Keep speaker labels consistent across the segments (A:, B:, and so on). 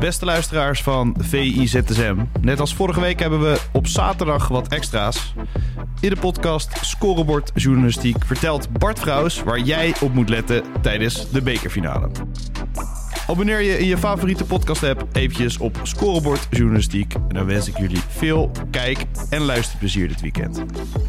A: Beste luisteraars van VIZSM. Net als vorige week hebben we op zaterdag wat extra's. In de podcast Scorebord Journalistiek vertelt Bart Vrouws waar jij op moet letten tijdens de bekerfinale. Abonneer je in je favoriete podcast-app eventjes op Scorebord Journalistiek. En dan wens ik jullie veel kijk- en luisterplezier dit weekend.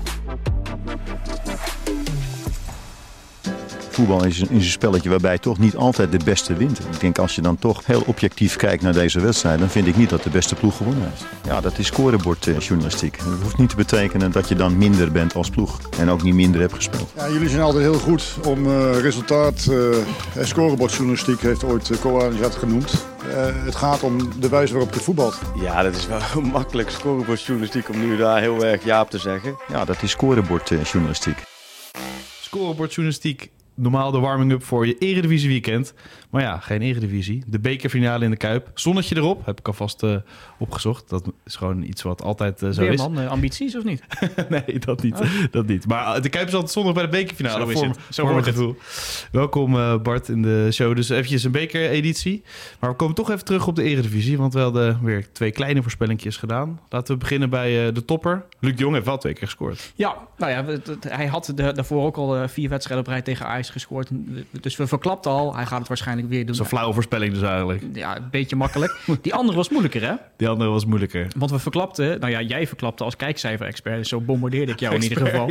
B: Voetbal is een spelletje waarbij toch niet altijd de beste wint. Ik denk als je dan toch heel objectief kijkt naar deze wedstrijd, dan vind ik niet dat de beste ploeg gewonnen heeft. Ja, dat is scorebordjournalistiek. Dat hoeft niet te betekenen dat je dan minder bent als ploeg en ook niet minder hebt gespeeld.
C: Ja, jullie zijn altijd heel goed om resultaat. Scorebordjournalistiek heeft ooit Koan dat genoemd. Het gaat om de wijze waarop je voetbalt.
D: Ja, dat is wel makkelijk scorebordjournalistiek om nu daar heel erg ja op te zeggen.
B: Ja, dat is scorebordjournalistiek.
A: Scorebordjournalistiek. Normaal de warming-up voor je Eredivisie weekend. Maar ja, geen Eredivisie. De bekerfinale in de Kuip. Zonnetje erop, heb ik alvast opgezocht. Dat is gewoon iets wat altijd zo is.
E: Weerman, ambities of niet?
A: Nee, dat niet. Dat niet. Maar de Kuip is altijd zondag bij de bekerfinale.
E: Zo is het. Zo
A: voor
E: hoort
A: mijn gevoel. Welkom Bart in de show. Dus eventjes een bekereditie. Maar we komen toch even terug op de Eredivisie. Want we hadden weer 2 kleine voorspellingjes gedaan. Laten we beginnen bij de topper. Luc de Jong heeft wel 2 keer gescoord.
E: Ja, nou ja, hij had daarvoor ook al 4 wedstrijden op rij tegen Ajax gescoord. Dus we verklapten al. Hij gaat het waarschijnlijk weer doen.
A: Zo'n flauwe voorspelling dus eigenlijk.
E: Ja, een beetje makkelijk. Die andere was moeilijker, hè?
A: Die andere was moeilijker.
E: Want we verklapten, nou ja, jij verklapte als kijkcijfer-expert, dus zo bombardeerde ik jou in ieder geval.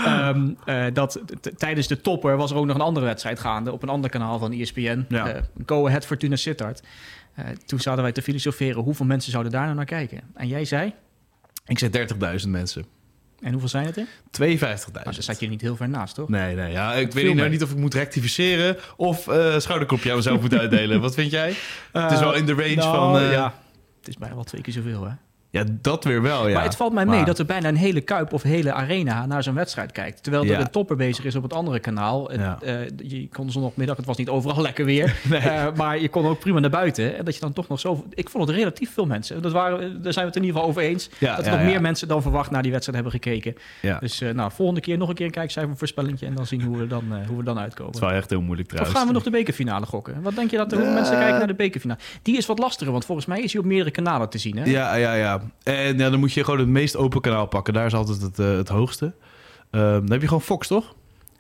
E: Ja. Dat tijdens de topper was er ook nog een andere wedstrijd gaande op een ander kanaal van ESPN.
A: Ja.
E: Go Ahead Fortuna Sittard. Toen zaten wij te filosoferen, hoeveel mensen zouden daar nou naar kijken? En jij zei?
A: Ik zei 30.000 mensen.
E: En hoeveel zijn het er?
A: 52.000.
E: Nou, daar zat je niet heel ver naast, toch?
A: Nee. Ja, ik weet niet of ik moet rectificeren of schouderklopje aan mezelf moet uitdelen. Wat vind jij? Het is wel in de range van...
E: Ja, het is bijna wel 2 keer zoveel, hè?
A: Ja, dat weer wel, ja.
E: Maar het valt mij mee dat er bijna een hele Kuip of hele arena naar zo'n wedstrijd kijkt. Terwijl er een topper bezig is op het andere kanaal. Ja. Je kon zondagmiddag, het was niet overal lekker weer. Nee. Maar je kon ook prima naar buiten. En dat je dan toch nog zo... Ik vond het relatief veel mensen. Daar zijn we het in ieder geval over eens. Dat er nog meer mensen dan verwacht naar die wedstrijd hebben gekeken. Ja. Dus volgende keer nog een keer een kijkcijfervoorspellingje. En dan zien hoe we dan uitkomen.
A: Het is wel echt heel moeilijk trouwens.
E: Of gaan we nog de bekerfinale gokken? Wat denk je dat er mensen kijken naar de bekerfinale? Die is wat lastiger, want volgens mij is hij op meerdere kanalen te zien. Hè?
A: Ja. En dan moet je gewoon het meest open kanaal pakken. Daar is altijd het hoogste. Dan heb je gewoon Fox, toch?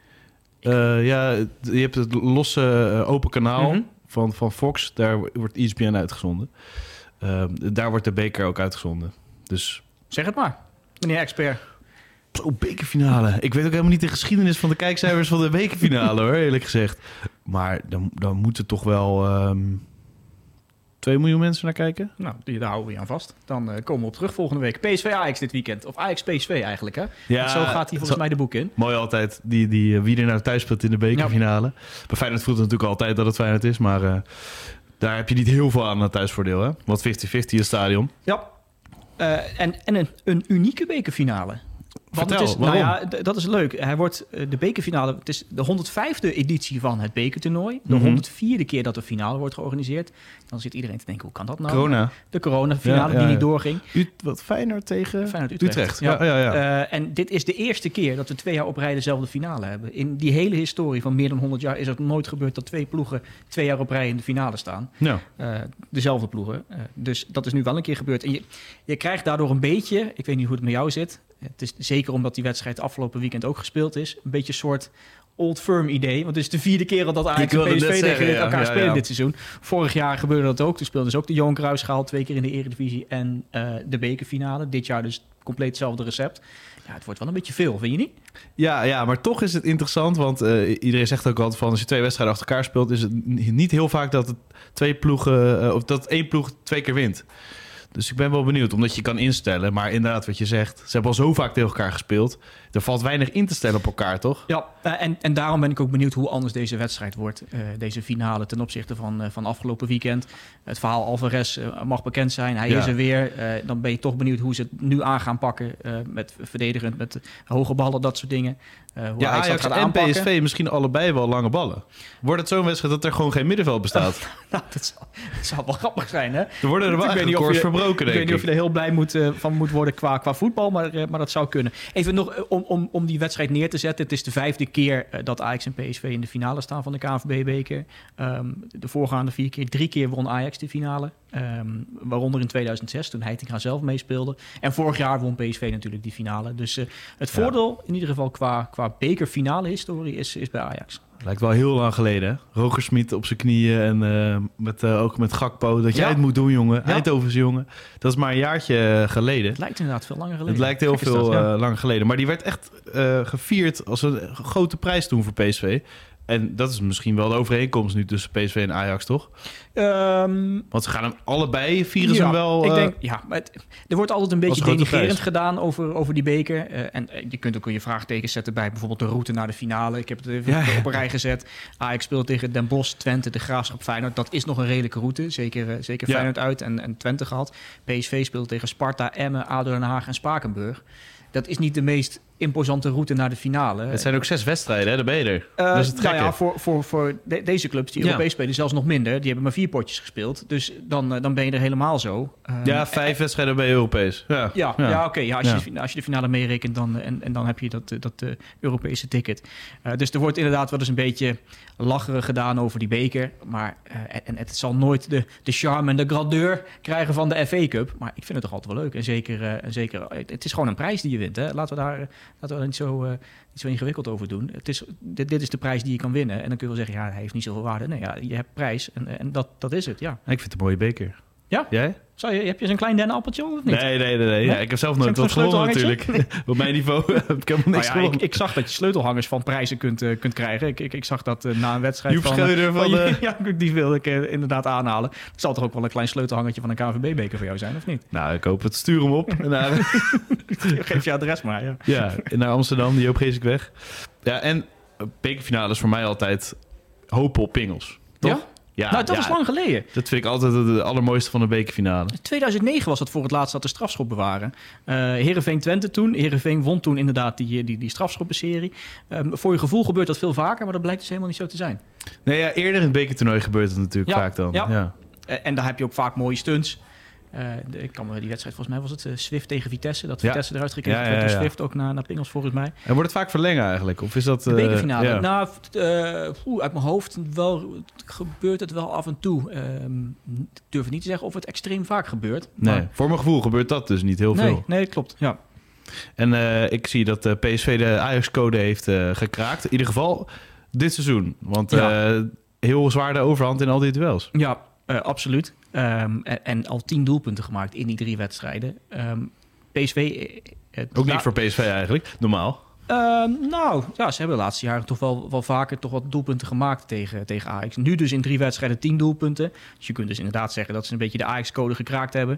A: Je hebt het losse open kanaal van Fox. Daar wordt ESPN uitgezonden. Daar wordt de beker ook uitgezonden. Dus...
E: Zeg het maar, meneer expert.
A: Zo, bekerfinale. Ik weet ook helemaal niet de geschiedenis van de kijkcijfers van de bekerfinale, hoor, eerlijk gezegd. Maar dan moeten toch wel... 2 miljoen mensen naar kijken?
E: Nou, daar houden we je aan vast. Dan komen we op terug volgende week. PSV Ajax dit weekend. Of Ajax PSV eigenlijk, hè? Ja, want zo gaat hij volgens mij de boek in.
A: Mooi altijd, wie er nou thuis speelt in de bekerfinale. Ja. Bij Feyenoord voelt het natuurlijk altijd dat het Feyenoord is. Maar daar heb je niet heel veel aan het thuisvoordeel, hè? Want 50-50 het stadion.
E: Ja. En een unieke bekerfinale.
A: Vertel,
E: het is, nou ja, dat is leuk. Hij wordt de bekerfinale. Het is de 105e editie van het bekertoernooi. De 104e keer dat de finale wordt georganiseerd. Dan zit iedereen te denken, hoe kan dat nou?
A: Corona.
E: De coronafinale die niet doorging.
A: Feyenoord tegen
E: Feyenoord
A: Utrecht.
E: Ja. En dit is de eerste keer dat we 2 jaar op rij dezelfde finale hebben. In die hele historie van meer dan 100 jaar is het nooit gebeurd dat 2 ploegen 2 jaar op rij in de finale staan.
A: Ja.
E: Dezelfde ploegen. Dus dat is nu wel een keer gebeurd. En je krijgt daardoor een beetje, ik weet niet hoe het met jou zit. Het is zeker omdat die wedstrijd afgelopen weekend ook gespeeld is. Een beetje een soort old firm idee. Want het is de 4e keer dat Ajax en PSV tegen elkaar spelen dit seizoen. Vorig jaar gebeurde dat ook. Toen speelden ze ook de Johan Cruijffschaal 2 keer in de Eredivisie en de bekerfinale. Dit jaar dus compleet hetzelfde recept. Ja, het wordt wel een beetje veel, vind je niet?
A: Ja, maar toch is het interessant. Want iedereen zegt ook altijd van als je 2 wedstrijden achter elkaar speelt, is het niet heel vaak dat het 2 ploegen of dat 1 ploeg 2 keer wint. Dus ik ben wel benieuwd, omdat je kan instellen. Maar inderdaad, wat je zegt, ze hebben al zo vaak tegen elkaar gespeeld. Er valt weinig in te stellen op elkaar, toch?
E: Ja, en daarom ben ik ook benieuwd hoe anders deze wedstrijd wordt. Deze finale ten opzichte van afgelopen weekend. Het verhaal Alvarez mag bekend zijn. Hij is er weer. Dan ben je toch benieuwd hoe ze het nu aan gaan pakken. Met verdedigend, met hoge ballen, dat soort dingen. Hoe
A: Ajax
E: dat gaat
A: en
E: aanpakken.
A: PSV misschien allebei wel lange ballen. Wordt het zo'n wedstrijd dat er gewoon geen middenveld bestaat?
E: Nou, dat zou wel grappig zijn, hè?
A: Er worden er wel echt records verbroken, denk ik.
E: Ik weet niet of je er heel blij van moet worden qua voetbal, maar dat zou kunnen. Even nog om die wedstrijd neer te zetten. Het is de 5e keer dat Ajax en PSV in de finale staan van de KNVB-beker. De voorgaande 4 keer. 3 keer won Ajax de finale. Waaronder in 2006, toen Heitinga zelf meespeelde. En vorig jaar won PSV natuurlijk die finale. Dus het voordeel, in ieder geval qua bekerfinale historie, is bij Ajax.
A: Lijkt wel heel lang geleden, hè? Roger Smit op zijn knieën en ook met Gakpo. Dat jij het moet doen, jongen. Ja. Eindhoven's jongen. Dat is maar een jaartje geleden.
E: Het lijkt inderdaad veel langer geleden.
A: Het lijkt heel veel langer geleden. Maar die werd echt gevierd als een grote prijs toen voor PSV. En dat is misschien wel de overeenkomst nu tussen PSV en Ajax, toch? Want ze gaan hem allebei vieren ze hem wel.
E: Ik denk, maar er wordt altijd een beetje denigrerend gedaan over die beker. En je kunt ook je vraagtekens zetten bij bijvoorbeeld de route naar de finale. Ik heb het even op een rij gezet. Ajax speelt tegen Den Bosch, Twente, de Graafschap, Feyenoord. Dat is nog een redelijke route. Zeker Feyenoord uit en Twente gehad. PSV speelt tegen Sparta, Emmen, ADO Den Haag en Spakenburg. Dat is niet de meest imposante route naar de finale.
A: Het zijn ook 6 wedstrijden, hè? Daar ben je er. Dus het
E: voor deze clubs die Europees spelen zelfs nog minder. Die hebben maar 4 potjes gespeeld. Dus dan ben je er helemaal zo.
A: 5 wedstrijden ben je Europees.
E: Oké. Als je de finale meerekent dan heb je dat Europese ticket. Dus er wordt inderdaad wel eens een beetje lacherig gedaan over die beker. Maar en het zal nooit de charme en de grandeur krijgen van de FA Cup. Maar ik vind het toch altijd wel leuk. En zeker het is gewoon een prijs die je wint. Hè? Laten we daar niet zo ingewikkeld over doen. Dit is de prijs die je kan winnen. En dan kun je wel zeggen, hij heeft niet zoveel waarde. Nee, je hebt prijs en dat is het, ja.
A: Ik vind het een mooie beker.
E: Ja?
A: Jij?
E: Heb je zo'n klein dennenappeltje of niet?
A: Nee. Ja, ik heb zelf nooit wat gewonnen natuurlijk. Op mijn niveau heb ik helemaal niks gewonnen.
E: Ik zag dat je sleutelhangers van prijzen kunt krijgen. Ik zag dat na een wedstrijd
A: Joep Schreuder
E: die wilde ik inderdaad aanhalen. Het zal toch ook wel een klein sleutelhangertje van een KNVB-beker voor jou zijn, of niet?
A: Nou, ik hoop het. Stuur hem op.
E: Geef je adres maar, ja.
A: Ja, naar Amsterdam, die Joop Geesink. Ja, en bekerfinale is voor mij altijd hopen op pingels. Toch?
E: Ja? Ja, dat is lang geleden.
A: Dat vind ik altijd het allermooiste van de bekerfinale.
E: 2009 was dat voor het laatst dat de strafschoppen waren. Heerenveen Twente toen. Heerenveen won toen inderdaad die strafschoppenserie. Voor je gevoel gebeurt dat veel vaker, maar dat blijkt dus helemaal niet zo te zijn.
A: Nee, eerder in het bekertoernooi gebeurt het natuurlijk vaak dan. Ja.
E: En daar heb je ook vaak mooie stunts. Die wedstrijd, volgens mij was het Swift tegen Vitesse. Dat Vitesse eruit gekeken werd door Swift ook naar pingels volgens mij.
A: En wordt het vaak verlengen eigenlijk? Of is dat...
E: De bekerfinale? Ja. Nou, uit mijn hoofd gebeurt het wel af en toe. Ik durf het niet te zeggen of het extreem vaak gebeurt.
A: Nee,
E: maar...
A: voor mijn gevoel gebeurt dat dus niet heel veel.
E: Nee, klopt. Ja.
A: En ik zie dat PSV de Ajax-code heeft gekraakt. In ieder geval dit seizoen. Want heel zwaar de overhand in al die duels. Ja,
E: absoluut. En al 10 doelpunten gemaakt in die 3 wedstrijden. PSV...
A: ook niet voor PSV eigenlijk, normaal.
E: Ze hebben de laatste jaren toch wel vaker toch wat doelpunten gemaakt tegen Ajax. Nu dus in 3 wedstrijden 10 doelpunten. Dus je kunt dus inderdaad zeggen dat ze een beetje de Ajax-code gekraakt hebben.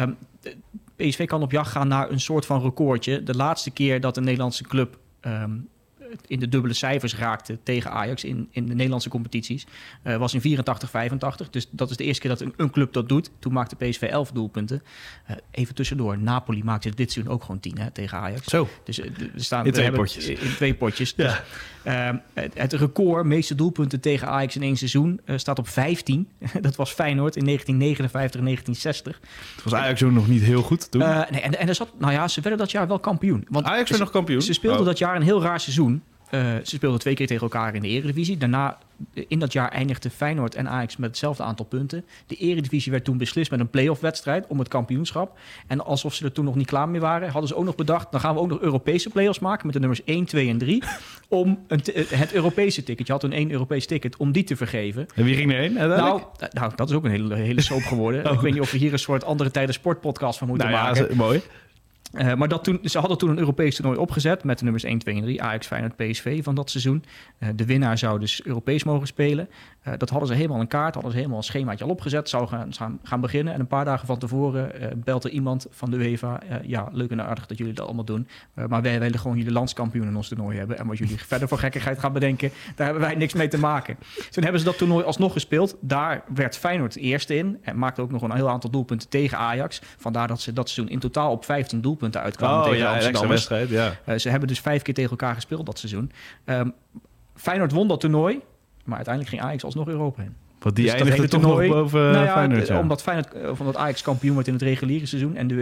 E: PSV kan op jacht gaan naar een soort van recordje. De laatste keer dat een Nederlandse club... in de dubbele cijfers raakte tegen Ajax in de Nederlandse competities. Was in 84-85. Dus dat is de eerste keer dat een club dat doet. Toen maakte PSV 11 doelpunten. Even tussendoor. Napoli maakte dit seizoen ook gewoon 10 tegen Ajax.
A: Zo.
E: Dus er staan
A: in 2 potjes.
E: In 2 potjes.
A: Ja.
E: Dus, het record, meeste doelpunten tegen Ajax in 1 seizoen, staat op 15. Dat was Feyenoord in 1959 en 1960.
A: Was Ajax ook nog niet heel goed toen?
E: Ze werden dat jaar wel kampioen. Want
A: Ajax werd nog kampioen?
E: Ze speelden dat jaar een heel raar seizoen. Ze speelden 2 keer tegen elkaar in de Eredivisie. Daarna, in dat jaar, eindigden Feyenoord en Ajax met hetzelfde aantal punten. De Eredivisie werd toen beslist met een play-off-wedstrijd om het kampioenschap. En alsof ze er toen nog niet klaar mee waren, hadden ze ook nog bedacht... dan gaan we ook nog Europese play-offs maken met de nummers 1, 2 en 3... om het Europese ticket, je had toen 1 Europees ticket, om die te vergeveen.
A: En wie ging erheen?
E: Nou, dat is ook een hele soap geworden. Ik weet niet of we hier een soort andere tijden sportpodcast van moeten maken.
A: Ja, mooi.
E: Maar ze hadden toen een Europees toernooi opgezet met de nummers 1, 2 en 3, Ajax, Feyenoord, PSV van dat seizoen. De winnaar zou dus Europees mogen spelen. Dat hadden ze helemaal in kaart, hadden ze helemaal een schemaatje al opgezet, zou gaan beginnen. En een paar dagen van tevoren belt er iemand van de UEFA. Leuk en aardig dat jullie dat allemaal doen. Maar wij willen gewoon jullie landskampioen in ons toernooi hebben. En wat jullie verder voor gekkigheid gaan bedenken, daar hebben wij niks mee te maken. Toen hebben ze dat toernooi alsnog gespeeld. Daar werd Feyenoord eerste in en maakte ook nog een heel aantal doelpunten tegen Ajax. Vandaar dat ze dat seizoen in totaal op 15 doelpunten uitkwamen tegen Amsterdammers. Ze hebben dus 5 keer tegen elkaar gespeeld dat seizoen. Feyenoord won dat toernooi, maar uiteindelijk ging Ajax alsnog Europa in.
A: Want die
E: Dus dat
A: eindigde
E: hele
A: toch nog
E: toernooi-
A: boven Feyenoord. Ja.
E: Omdat Ajax kampioen werd in het reguliere seizoen en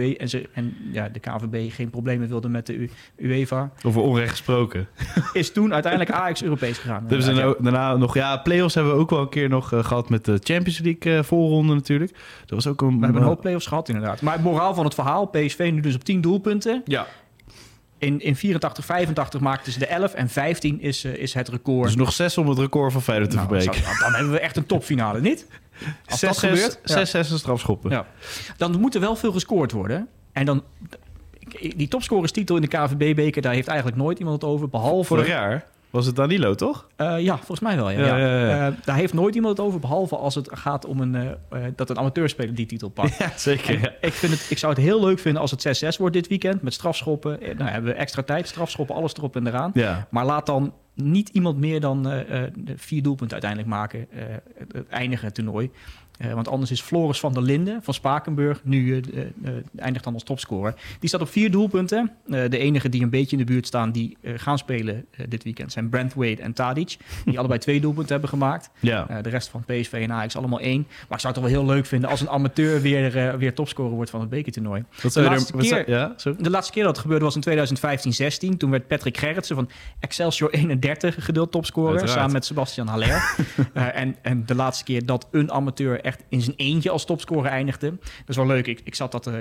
E: de KNVB geen problemen wilde met de UEFA,
A: Over onrecht gesproken.
E: is toen uiteindelijk Ajax Europees gegaan.
A: Dat hebben ze daarna nog... Ja, play-offs hebben we ook wel een keer nog gehad met de Champions League voorronde natuurlijk. Dat was ook
E: We hebben een hoop play-offs gehad inderdaad. Maar het moraal van het verhaal, PSV nu dus op 10 doelpunten.
A: Ja.
E: In 84, 85 maakten ze de 11 en 15 is het record.
A: Dus nog 6 om het record van Feyenoord te verbreken.
E: Dan hebben we echt een topfinale, niet? Als dat gebeurt...
A: 6 strafschoppen.
E: Ja. Dan moet er wel veel gescoord worden. En dan... Die topscorerstitel in de KNVB-beker, daar heeft eigenlijk nooit iemand het over, behalve...
A: Vorig jaar was het Danilo, toch?
E: Ja, volgens mij wel. Ja. Daar heeft nooit iemand het over, behalve als het gaat om dat een amateurspeler die titel pakt.
A: Ja, zeker. Ja.
E: Ik zou het heel leuk vinden als het 6-6 wordt dit weekend, met strafschoppen. Nou hebben we extra tijd, strafschoppen, alles erop en eraan.
A: Ja.
E: Maar laat dan niet iemand meer dan 4 doelpunten uiteindelijk maken, het eindige toernooi. Want anders is Floris van der Linden van Spakenburg nu eindigt dan als topscorer. Die staat op 4 doelpunten. De enige die een beetje in de buurt staan die gaan spelen dit weekend zijn Branthwaite en Tadic. Die allebei 2 doelpunten hebben gemaakt.
A: Ja.
E: De rest van PSV en Ajax allemaal 1. Maar ik zou het toch wel heel leuk vinden als een amateur weer topscorer wordt van het bekertoernooi. De laatste keer dat het gebeurde was in 2015-16. Toen werd Patrick Gerritsen van Excelsior 31 gedeeld topscorer.
A: Uiteraard.
E: Samen met Sebastian Haller. En de laatste keer dat een amateur echt in zijn eentje als topscorer eindigde. Dat is wel leuk. Ik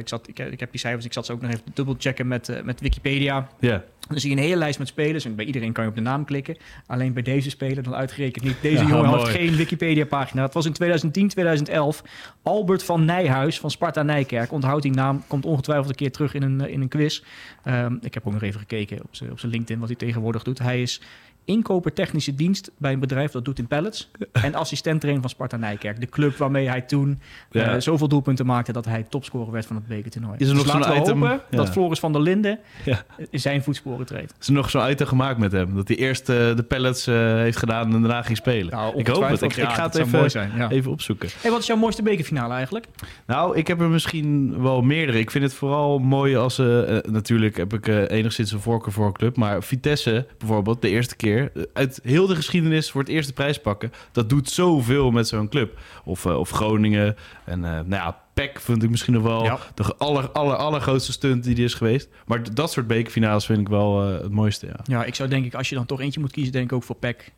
E: heb die cijfers, ik zat ze ook nog even te dubbelchecken met Wikipedia.
A: Ja.
E: Dan zie je een hele lijst met spelers. En bij iedereen kan je op de naam klikken. Alleen bij deze speler dan uitgerekend niet. Deze jongen had geen Wikipedia-pagina. Het was in 2010, 2011. Albert van Nijhuis van Sparta Nijkerk. Onthoud die naam. Komt ongetwijfeld een keer terug in een quiz. Ik heb ook nog even gekeken op zijn LinkedIn wat hij tegenwoordig doet. Hij is inkoper technische dienst bij een bedrijf dat doet in pallets. En assistent-trainer van Sparta Nijkerk. De club waarmee hij toen zoveel doelpunten maakte dat hij topscorer werd van het bekertoernooi.
A: Is er nog zo'n item?
E: Hopen dat Floris van der Linden in zijn voetsporen treedt.
A: Is er nog zo'n item gemaakt met hem? Dat hij eerst de pallets heeft gedaan en daarna ging spelen?
E: Nou,
A: ik hoop het. Ik ga het even opzoeken.
E: Hey, wat is jouw mooiste bekerfinale eigenlijk?
A: Nou, ik heb er misschien wel meerdere. Ik vind het vooral mooi als... natuurlijk heb ik enigszins een voorkeur voor een club. Maar Vitesse bijvoorbeeld, de eerste keer... uit heel de geschiedenis voor het eerste prijs pakken. Dat doet zoveel met zo'n club. Of Groningen. En PEC vind ik misschien nog wel de allergrootste stunt die er is geweest. Maar dat soort bekerfinales vind ik wel het mooiste, ja. Ja,
E: ik zou denk ik, als je dan toch eentje moet kiezen, denk ik ook voor PEC.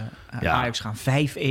E: Ajax gaan 5-1.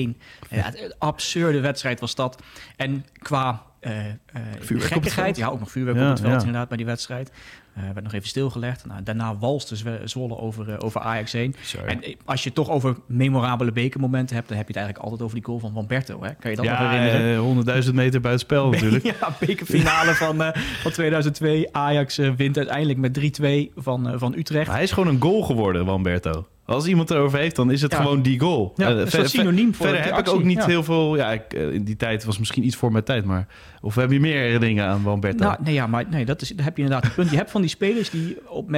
E: Een absurde wedstrijd was dat. En qua gekkigheid, ook nog vuurwerk op het veld inderdaad bij die wedstrijd. Werd nog even stilgelegd. Nou, daarna walste Zwolle over Ajax heen. En als je het toch over memorabele bekermomenten hebt, dan heb je het eigenlijk altijd over die goal van Vanberto. Hè? Kan je dat nog herinneren?
A: 100.000 meter buitenspel natuurlijk.
E: Ja, bekerfinale van 2002. Ajax wint uiteindelijk met 3-2 van Utrecht.
A: Maar hij is gewoon een goal geworden, Vanberto. Als iemand erover heeft, dan is het gewoon die goal.
E: Ja, dat is synoniem voor
A: verder heb ik ook niet heel veel... Ja, in die tijd was misschien iets voor mijn tijd, maar... Of heb je meer dingen aan Vanberto?
E: Nou, daar heb je inderdaad een punt. Je hebt van die spelers die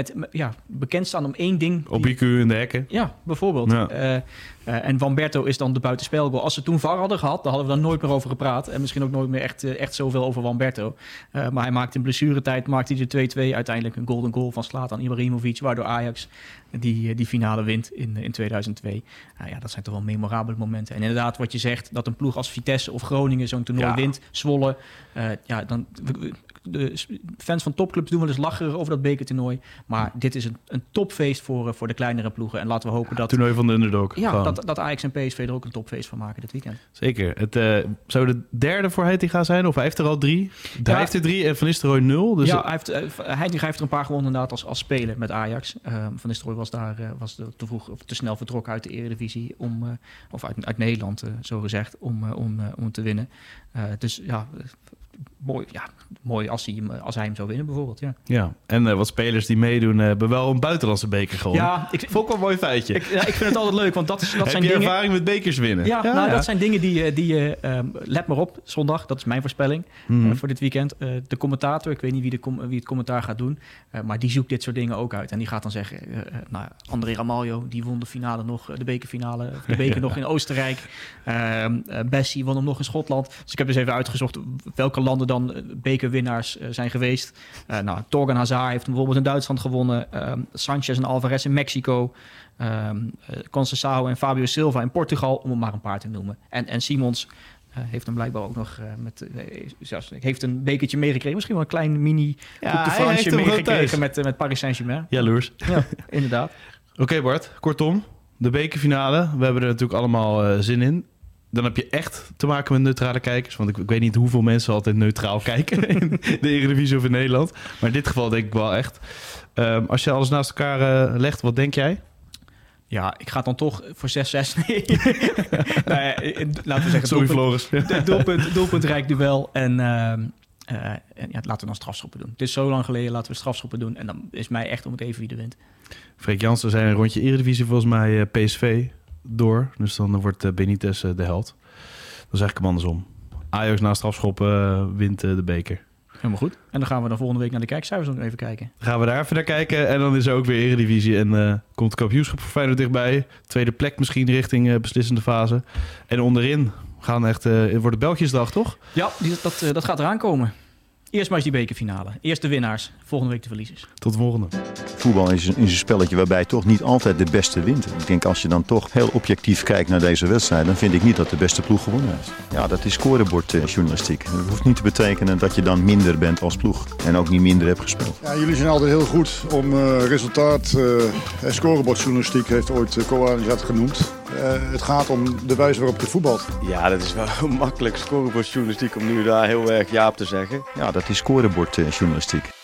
E: bekend staan om één ding...
A: Op IQ in de hekken.
E: Ja, bijvoorbeeld. Ja. En Vanberto is dan de buitenspelgoal. Als ze toen VAR hadden gehad, dan hadden we daar nooit meer over gepraat. En misschien ook nooit meer echt zoveel over Vanberto. Maar hij maakte in blessuretijd de 2-2 uiteindelijk een golden goal van Zlatan Ibrahimovic, waardoor Ajax die finale wint in 2002. Dat zijn toch wel memorabele momenten. En inderdaad, wat je zegt, dat een ploeg als Vitesse of Groningen zo'n toernooi wint, Zwolle, dan... De fans van topclubs doen wel eens lacherig over dat bekertoernooi. Maar dit is een topfeest voor de kleinere ploegen. En laten we hopen dat...
A: Toernooi van de underdog.
E: Ja, dat Ajax en PSV er ook een topfeest van maken dit weekend.
A: Zeker. Het zou de derde voor Heitinga zijn? Of hij heeft er al 3? Hij heeft er 3 en Van Nistelrooy 0. Dus
E: Heitinga heeft er een paar gewonnen inderdaad als speler met Ajax. Van Nistelrooy was te vroeg of te snel vertrokken uit de Eredivisie. Of uit Nederland, zo gezegd, om te winnen. Dus ja... Mooi als hij hem zou winnen bijvoorbeeld,
A: Ja, en wat spelers die meedoen hebben wel een buitenlandse beker gewonnen.
E: Ja,
A: vond ik wel een mooi feitje.
E: Ik vind het altijd leuk, want dat zijn dingen...
A: Heb je ervaring met bekers winnen?
E: Ja, dat zijn dingen die je... let maar op, zondag, dat is mijn voorspelling voor dit weekend. De commentator, ik weet niet wie het commentaar gaat doen, maar die zoekt dit soort dingen ook uit. En die gaat dan zeggen, André Ramaljo, die won de finale nog, de bekerfinale, de beker nog in Oostenrijk. Bessie won hem nog in Schotland. Dus ik heb dus even uitgezocht welke landen dan bekerwinnaars zijn geweest. Torgan Hazard heeft bijvoorbeeld in Duitsland gewonnen. Sanchez en Alvarez in Mexico. Conceição en Fabio Silva in Portugal, om er maar een paar te noemen. En Simons heeft hem blijkbaar ook nog heeft een bekertje meegekregen. Misschien wel een klein mini Coupe de France meegekregen met Paris Saint-Germain.
A: Jaloers.
E: Ja, inderdaad.
A: Oké, Bart, kortom, de bekerfinale. We hebben er natuurlijk allemaal zin in. Dan heb je echt te maken met neutrale kijkers. Want ik weet niet hoeveel mensen altijd neutraal kijken in de Eredivisie of in Nederland. Maar in dit geval denk ik wel echt. Als je alles naast elkaar legt, wat denk jij?
E: Ja, ik ga dan toch voor 6-6. Nee. Laten we zeggen,
A: sorry Floris.
E: Doelpuntrijk duel. En laten we dan strafschoppen doen. Het is zo lang geleden, laten we strafschoppen doen. En dan is mij echt om het even wie er wint.
A: Freek Jansen zijn een rondje Eredivisie volgens mij PSV door. Dus dan wordt Benitez de held. Dat is eigenlijk hem andersom. Ajax na strafschoppen wint de beker.
E: Helemaal goed. En dan gaan we dan volgende week naar de kijkcijfers nog even kijken.
A: Dan gaan we daar even naar kijken. En dan is er ook weer Eredivisie. En komt het kampioenschap voor Feyenoord dichtbij. Tweede plek misschien richting beslissende fase. En onderin gaan echt... wordt het Belgiësdag, toch?
E: Ja, dat gaat eraan komen. Eerst maar eens die bekerfinale. Eerst de winnaars. Volgende week de verliezers.
A: Tot de volgende.
B: Voetbal is een spelletje waarbij toch niet altijd de beste wint. Ik denk als je dan toch heel objectief kijkt naar deze wedstrijd, dan vind ik niet dat de beste ploeg gewonnen heeft. Ja, dat is scorebordjournalistiek. Dat hoeft niet te betekenen dat je dan minder bent als ploeg. En ook niet minder hebt gespeeld.
C: Ja, jullie zijn altijd heel goed om resultaat. Scorebordjournalistiek heeft ooit Koan dat genoemd. Het gaat om de wijze waarop je voetbalt.
D: Ja, dat is wel makkelijk scorebordjournalistiek om nu daar heel erg ja op te zeggen.
B: Ja, dat is scorebordjournalistiek.